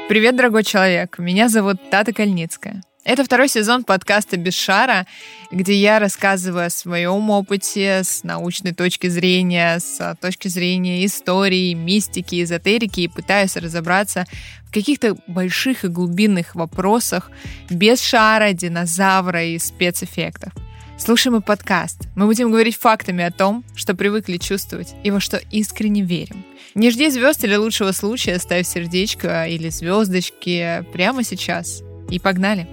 Привет, дорогой человек! Меня зовут Тата Кальницкая. Это второй сезон подкаста «Без шара», где я рассказываю о своем опыте с научной точки зрения, с точки зрения истории, мистики, эзотерики и пытаюсь разобраться в каких-то больших и глубинных вопросах без шара, динозавра и спецэффектов. Слушай мой подкаст. Мы будем говорить фактами о том, что привыкли чувствовать и во что искренне верим. Не жди звезд или лучшего случая, ставь сердечко или звездочки прямо сейчас. И погнали!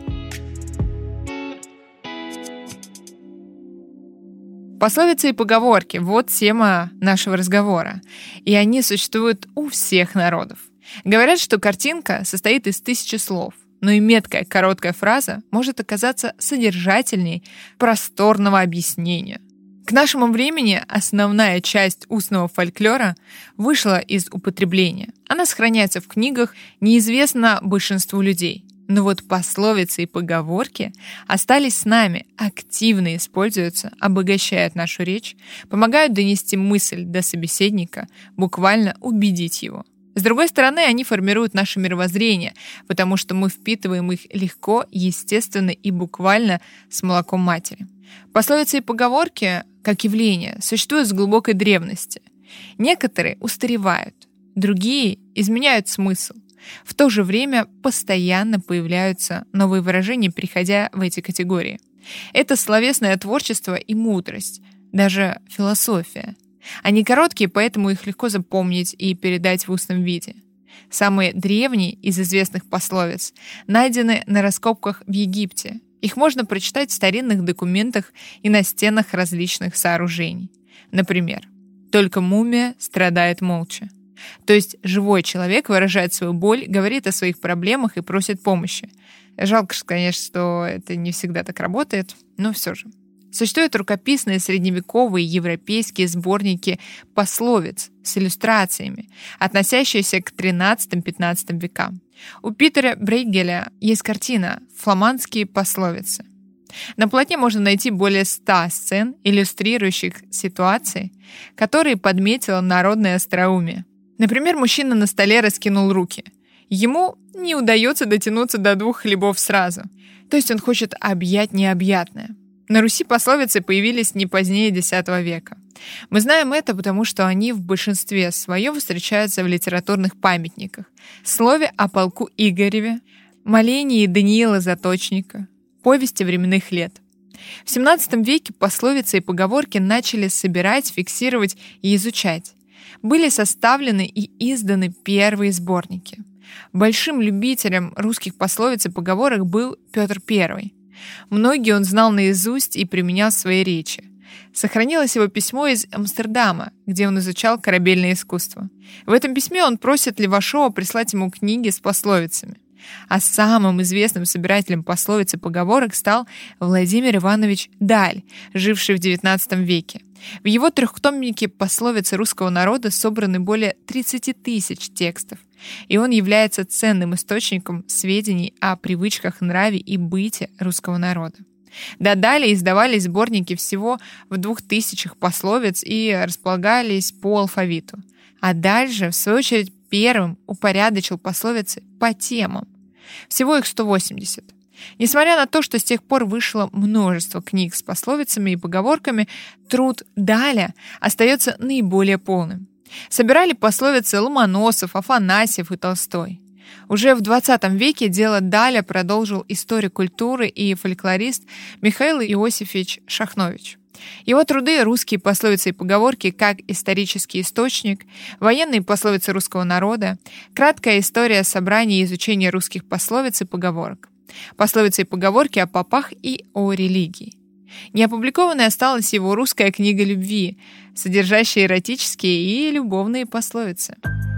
Пословицы и поговорки – вот тема нашего разговора. И они существуют у всех народов. Говорят, что картинка состоит из 1000 слов. Но и меткая короткая фраза может оказаться содержательней просторного объяснения. К нашему времени основная часть устного фольклора вышла из употребления. Она сохраняется в книгах, неизвестна большинству людей. Но вот пословицы и поговорки остались с нами, активно используются, обогащают нашу речь, помогают донести мысль до собеседника, буквально убедить его. С другой стороны, они формируют наше мировоззрение, потому что мы впитываем их легко, естественно и буквально с молоком матери. Пословицы и поговорки, как явление, существуют с глубокой древности. Некоторые устаревают, другие изменяют смысл. В то же время постоянно появляются новые выражения, переходя в эти категории. Это словесное творчество и мудрость, даже философия. Они короткие, поэтому их легко запомнить и передать в устном виде. Самые древние из известных пословиц найдены на раскопках в Египте. Их можно прочитать в старинных документах и на стенах различных сооружений. Например, «Только мумия страдает молча». То есть живой человек выражает свою боль, говорит о своих проблемах и просит помощи. Жалко, конечно, что это не всегда так работает, но все же. Существуют рукописные средневековые европейские сборники пословиц с иллюстрациями, относящиеся к XIII-XV векам. У Питера Брейгеля есть картина «Фламандские пословицы». На полотне можно найти более 100 сцен, иллюстрирующих ситуации, которые подметило народное остроумие. Например, мужчина на столе раскинул руки. Ему не удается дотянуться до 2 хлебов сразу. То есть он хочет объять необъятное. На Руси пословицы появились не позднее X века. Мы знаем это, потому что они в большинстве своем встречаются в литературных памятниках. Слове о полку Игореве, молении Даниила Заточника, повести временных лет. В XVII веке пословицы и поговорки начали собирать, фиксировать и изучать. Были составлены и изданы первые сборники. Большим любителем русских пословиц и поговорок был Петр I. Многие он знал наизусть и применял в своей речи. Сохранилось его письмо из Амстердама, где он изучал корабельное искусство. В этом письме он просит Левашова прислать ему книги с пословицами. А самым известным собирателем пословиц и поговорок стал Владимир Иванович Даль, живший в XIX веке. В его трехтомнике «Пословицы русского народа» собраны более 30 000 текстов, и он является ценным источником сведений о привычках, нраве и быте русского народа. До Даля издавались сборники всего в 2000 пословиц и располагались по алфавиту. А Даль же, в свою очередь, первым упорядочил пословицы по темам. Всего их 180. Несмотря на то, что с тех пор вышло множество книг с пословицами и поговорками, труд Даля остается наиболее полным. Собирали пословицы Ломоносов, Афанасьев и Толстой. Уже в XX веке дело Даля продолжил историк культуры и фольклорист Михаил Иосифович Шахнович. Его труды «Русские пословицы и поговорки» как исторический источник, «Военные пословицы русского народа», краткая история собрания и изучения русских пословиц и поговорок, пословицы и поговорки о попах и о религии. Неопубликованной осталась его русская книга любви, содержащая эротические и любовные пословицы.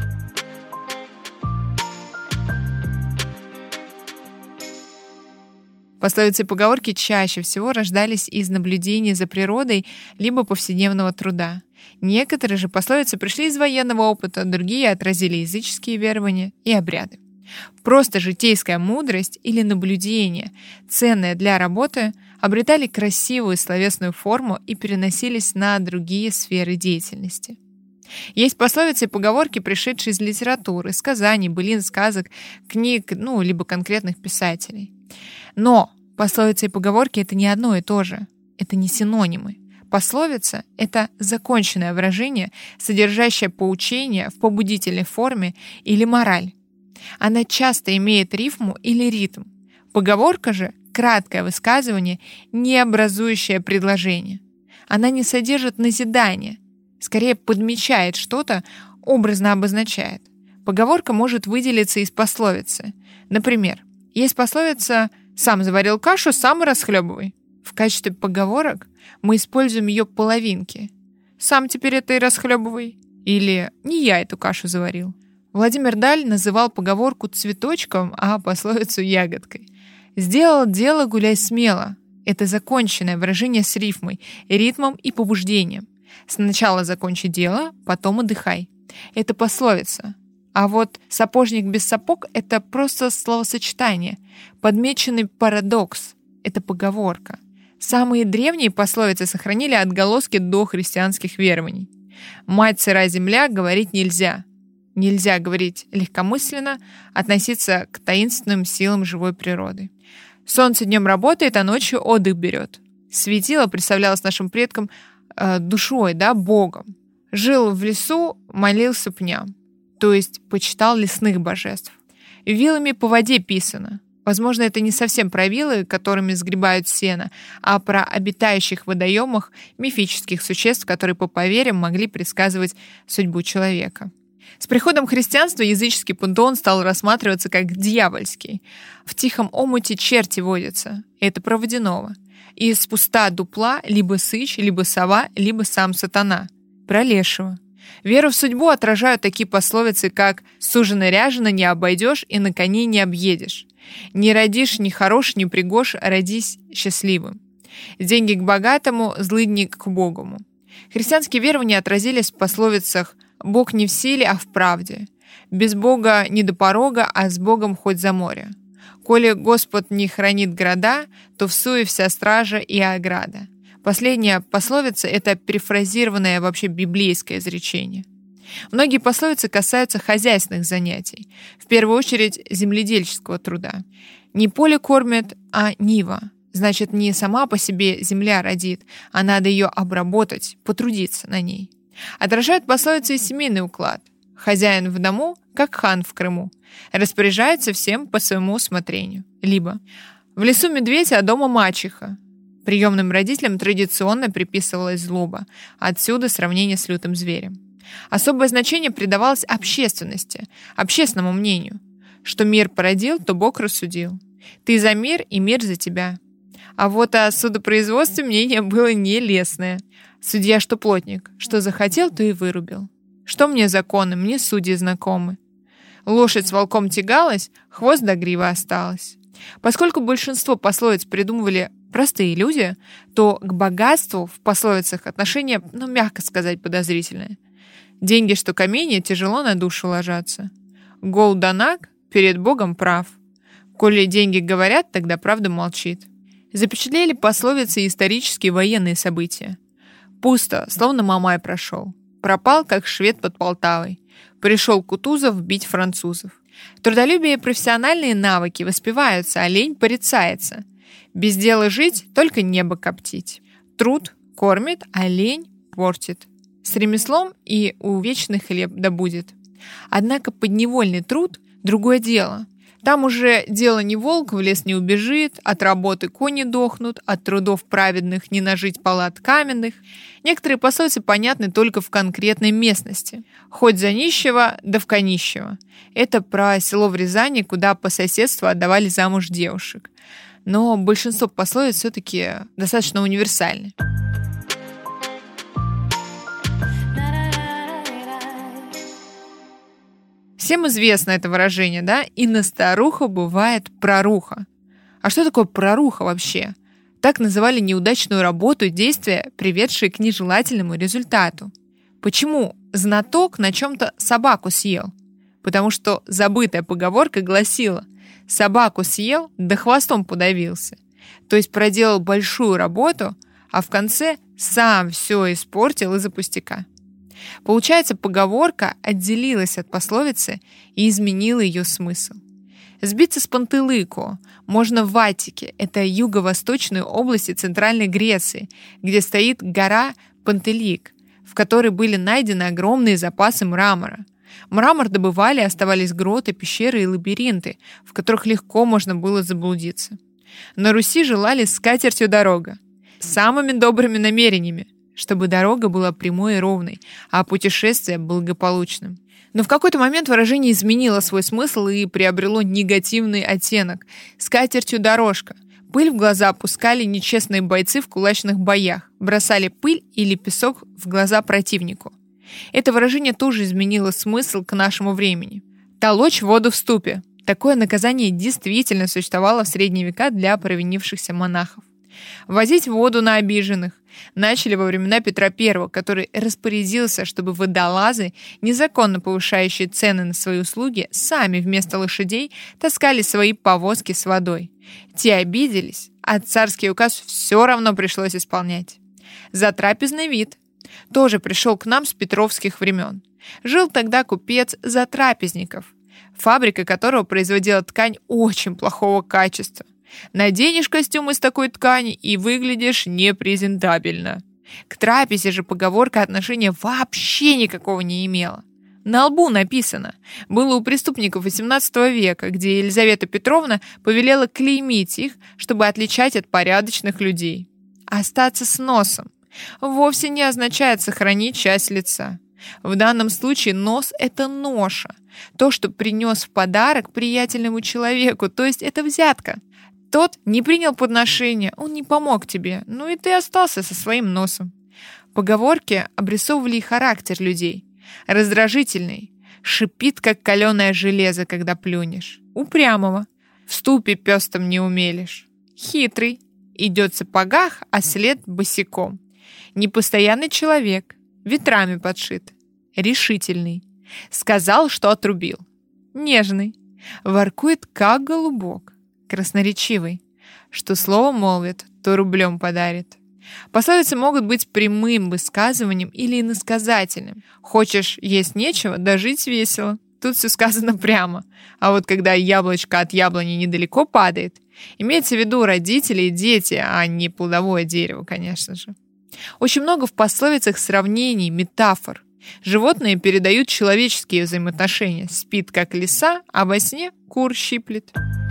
Пословицы и поговорки чаще всего рождались из наблюдений за природой либо повседневного труда. Некоторые же пословицы пришли из военного опыта, другие отразили языческие верования и обряды. Просто житейская мудрость или наблюдение, ценное для работы, обретали красивую словесную форму и переносились на другие сферы деятельности. Есть пословицы и поговорки, пришедшие из литературы, сказаний, былин, сказок, книг, либо конкретных писателей. Но пословицы и поговорки — это не одно и то же. Это не синонимы. Пословица — это законченное выражение, содержащее поучение в побудительной форме или мораль. Она часто имеет рифму или ритм. Поговорка же — краткое высказывание, не образующее предложение. Она не содержит назидания, скорее подмечает что-то, образно обозначает. Поговорка может выделиться из пословицы. Например, есть пословица «сам заварил кашу, сам и расхлебывай». В качестве поговорок мы используем ее половинки. «Сам теперь это и расхлебывай» или «не я эту кашу заварил». Владимир Даль называл поговорку цветочком, а пословицу ягодкой. «Сделал дело, гуляй смело». Это законченное выражение с рифмой, ритмом и побуждением. Сначала закончи дело, потом отдыхай. Это пословица. А вот сапожник без сапог — это просто словосочетание. Подмеченный парадокс — это поговорка. Самые древние пословицы сохранили отголоски дохристианских верований. «Мать сырая земля» говорить нельзя. Нельзя говорить легкомысленно, относиться к таинственным силам живой природы. Солнце днем работает, а ночью отдых берет. Светило представлялось нашим предкам душой, Богом. Жил в лесу, молился пням, то есть почитал лесных божеств. Вилами по воде писано. Возможно, это не совсем про вилы, которыми сгребают сено, а про обитающих в водоемах мифических существ, которые, по поверьям, могли предсказывать судьбу человека. С приходом христианства языческий пантеон стал рассматриваться как дьявольский. В тихом омуте черти водятся. Это про водяного. Из пуста дупла либо сыч, либо сова, либо сам сатана. Про лешего. Веру в судьбу отражают такие пословицы, как «сужено-ряжено не обойдешь и на коне не объедешь». «Не родишь ни хорош, ни пригож, родись счастливым». «Деньги к богатому, злыдни к убогому». Христианские верования отразились в пословицах «Бог не в силе, а в правде». «Без Бога не до порога, а с Богом хоть за море». «Коли Господь не хранит города, то всуе вся стража и ограда». Последняя пословица — это перефразированное вообще библейское изречение. Многие пословицы касаются хозяйственных занятий, в первую очередь земледельческого труда. Не поле кормит, а нива. Значит, не сама по себе земля родит, а надо ее обработать, потрудиться на ней. Отражают пословицы и семейный уклад. Хозяин в дому, как хан в Крыму, распоряжается всем по своему усмотрению. Либо в лесу медведь, а дома мачеха. Приемным родителям традиционно приписывалась злоба, отсюда сравнение с лютым зверем. Особое значение придавалось общественности, общественному мнению. Что мир породил, то Бог рассудил. Ты за мир, и мир за тебя. А вот о судопроизводстве мнение было нелестное. Судья, что плотник, что захотел, то и вырубил. Что мне законы, мне судьи знакомы. Лошадь с волком тягалась, хвост до гривы осталось. Поскольку большинство пословиц придумывали простые люди, то к богатству в пословицах отношение, мягко сказать, подозрительное. Деньги, что каменья, тяжело на душу ложатся. Гол данак, перед Богом прав. Коли деньги говорят, тогда правда молчит. Запечатлели пословицы и исторические военные события. Пусто, словно Мамай прошел. Пропал, как швед под Полтавой. Пришел Кутузов бить французов. Трудолюбие и профессиональные навыки воспеваются, а лень порицается. Без дела жить, только небо коптить. Труд кормит, а лень портит. С ремеслом и увечный хлеб добудет. Однако подневольный труд – другое дело. Там уже дело не волк, в лес не убежит, от работы кони дохнут, от трудов праведных не нажить палат каменных. Некоторые пословицы понятны только в конкретной местности. Хоть за нищего, да в конищего. Это про село в Рязани, куда по соседству отдавали замуж девушек. Но большинство пословиц все-таки достаточно универсальны. Всем известно это выражение, да? И на старуху бывает проруха. А что такое проруха вообще? Так называли неудачную работу и действия, приведшие к нежелательному результату. Почему знаток на чем-то собаку съел? Потому что забытая поговорка гласила: собаку съел, да хвостом подавился. То есть проделал большую работу, а в конце сам все испортил из-за пустяка. Получается, поговорка отделилась от пословицы и изменила ее смысл. Сбиться с пантелыку можно в Аттике, это юго-восточной области Центральной Греции, где стоит гора Пантелик, в которой были найдены огромные запасы мрамора. Мрамор добывали, оставались гроты, пещеры и лабиринты, в которых легко можно было заблудиться. На Руси желали скатертью дорога, с самыми добрыми намерениями, чтобы дорога была прямой и ровной, а путешествие благополучным. Но в какой-то момент выражение изменило свой смысл и приобрело негативный оттенок. Скатертью дорожка. Пыль в глаза пускали нечестные бойцы в кулачных боях, бросали пыль или песок в глаза противнику. Это выражение тоже изменило смысл к нашему времени. Толочь воду в ступе. Такое наказание действительно существовало в средние века для провинившихся монахов. Возить воду на обиженных начали во времена Петра I, который распорядился, чтобы водолазы, незаконно повышающие цены на свои услуги, сами вместо лошадей таскали свои повозки с водой. Те обиделись, а царский указ все равно пришлось исполнять. Затрапезный вид тоже пришел к нам с петровских времен. Жил тогда купец Затрапезников, фабрика которого производила ткань очень плохого качества. Наденешь костюм из такой ткани и выглядишь непрезентабельно. К трапезе же поговорка отношения вообще никакого не имела. На лбу написано. Было у преступников XVIII века, где Елизавета Петровна повелела клеймить их, чтобы отличать от порядочных людей. Остаться с носом вовсе не означает сохранить часть лица. В данном случае нос – это ноша. То, что принес в подарок приятельному человеку, то есть это взятка. Тот не принял подношения, он не помог тебе, ну и ты остался со своим носом. Поговорки обрисовывали и характер людей. Раздражительный, шипит, как каленое железо, когда плюнешь. Упрямого, в ступе пёстом не умелишь. Хитрый, идет в сапогах, а след босиком. Непостоянный человек, ветрами подшит. Решительный, сказал, что отрубил. Нежный, воркует, как голубок. Красноречивый, что слово молвит, то рублем подарит. Пословицы могут быть прямым высказыванием или иносказательным. Хочешь есть нечего, да жить весело. Тут все сказано прямо. А вот когда яблочко от яблони недалеко падает, имеется в виду родители и дети, а не плодовое дерево, конечно же. Очень много в пословицах сравнений, метафор. Животные передают человеческие взаимоотношения. Спит, как лиса, а во сне кур щиплет.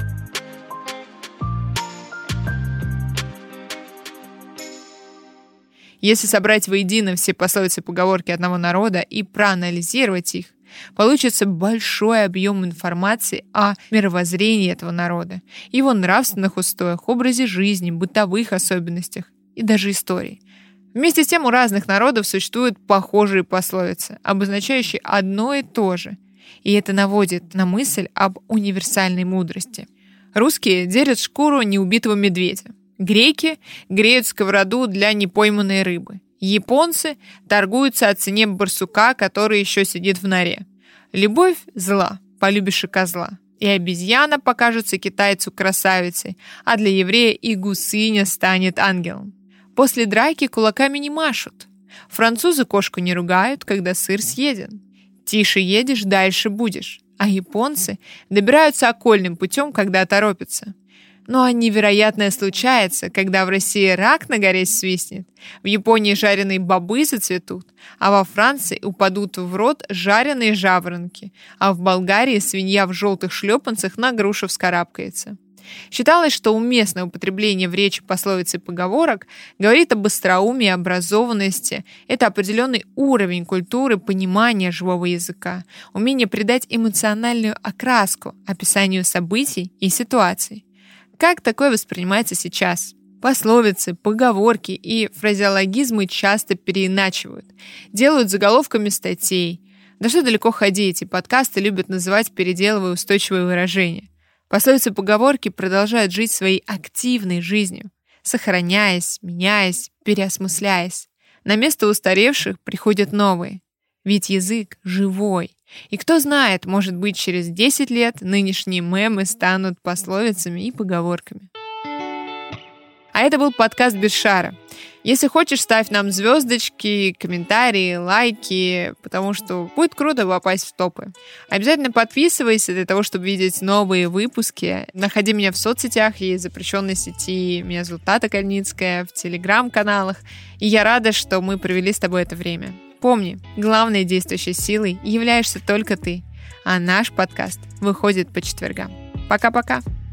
Если собрать воедино все пословицы и поговорки одного народа и проанализировать их, получится большой объем информации о мировоззрении этого народа, его нравственных устоях, образе жизни, бытовых особенностях и даже истории. Вместе с тем у разных народов существуют похожие пословицы, обозначающие одно и то же, и это наводит на мысль об универсальной мудрости. Русские делят шкуру неубитого медведя. Греки греют сковороду для непойманной рыбы. Японцы торгуются о цене барсука, который еще сидит в норе. Любовь зла, полюбишь и козла. И обезьяна покажется китайцу красавицей, а для еврея и гусыня станет ангелом. После драки кулаками не машут. Французы кошку не ругают, когда сыр съеден. Тише едешь, дальше будешь. А японцы добираются окольным путем, когда торопятся. Ну а невероятное случается, когда в России рак на горе свистнет, в Японии жареные бобы зацветут, а во Франции упадут в рот жареные жаворонки, а в Болгарии свинья в желтых шлепанцах на грушу вскарабкается. Считалось, что уместное употребление в речи пословиц и поговорок говорит об остроумии, образованности. Это определенный уровень культуры, понимания живого языка, умение придать эмоциональную окраску описанию событий и ситуаций. Как такое воспринимается сейчас? Пословицы, поговорки и фразеологизмы часто переиначивают, делают заголовками статей. Да что далеко ходить, и подкасты любят называть переделывая устойчивые выражения. Пословицы и поговорки продолжают жить своей активной жизнью, сохраняясь, меняясь, переосмысляясь. На место устаревших приходят новые. Ведь язык живой. И кто знает, может быть, через 10 лет нынешние мемы станут пословицами и поговорками. А это был подкаст «Без шара». Если хочешь, ставь нам звездочки, комментарии, лайки, потому что будет круто попасть в топы. Обязательно подписывайся для того, чтобы видеть новые выпуски. Находи меня в соцсетях и запрещенной сети. Меня зовут Тата Кальницкая, в телеграм-каналах. И я рада, что мы провели с тобой это время. Помни, главной действующей силой являешься только ты. А наш подкаст выходит по четвергам. Пока-пока!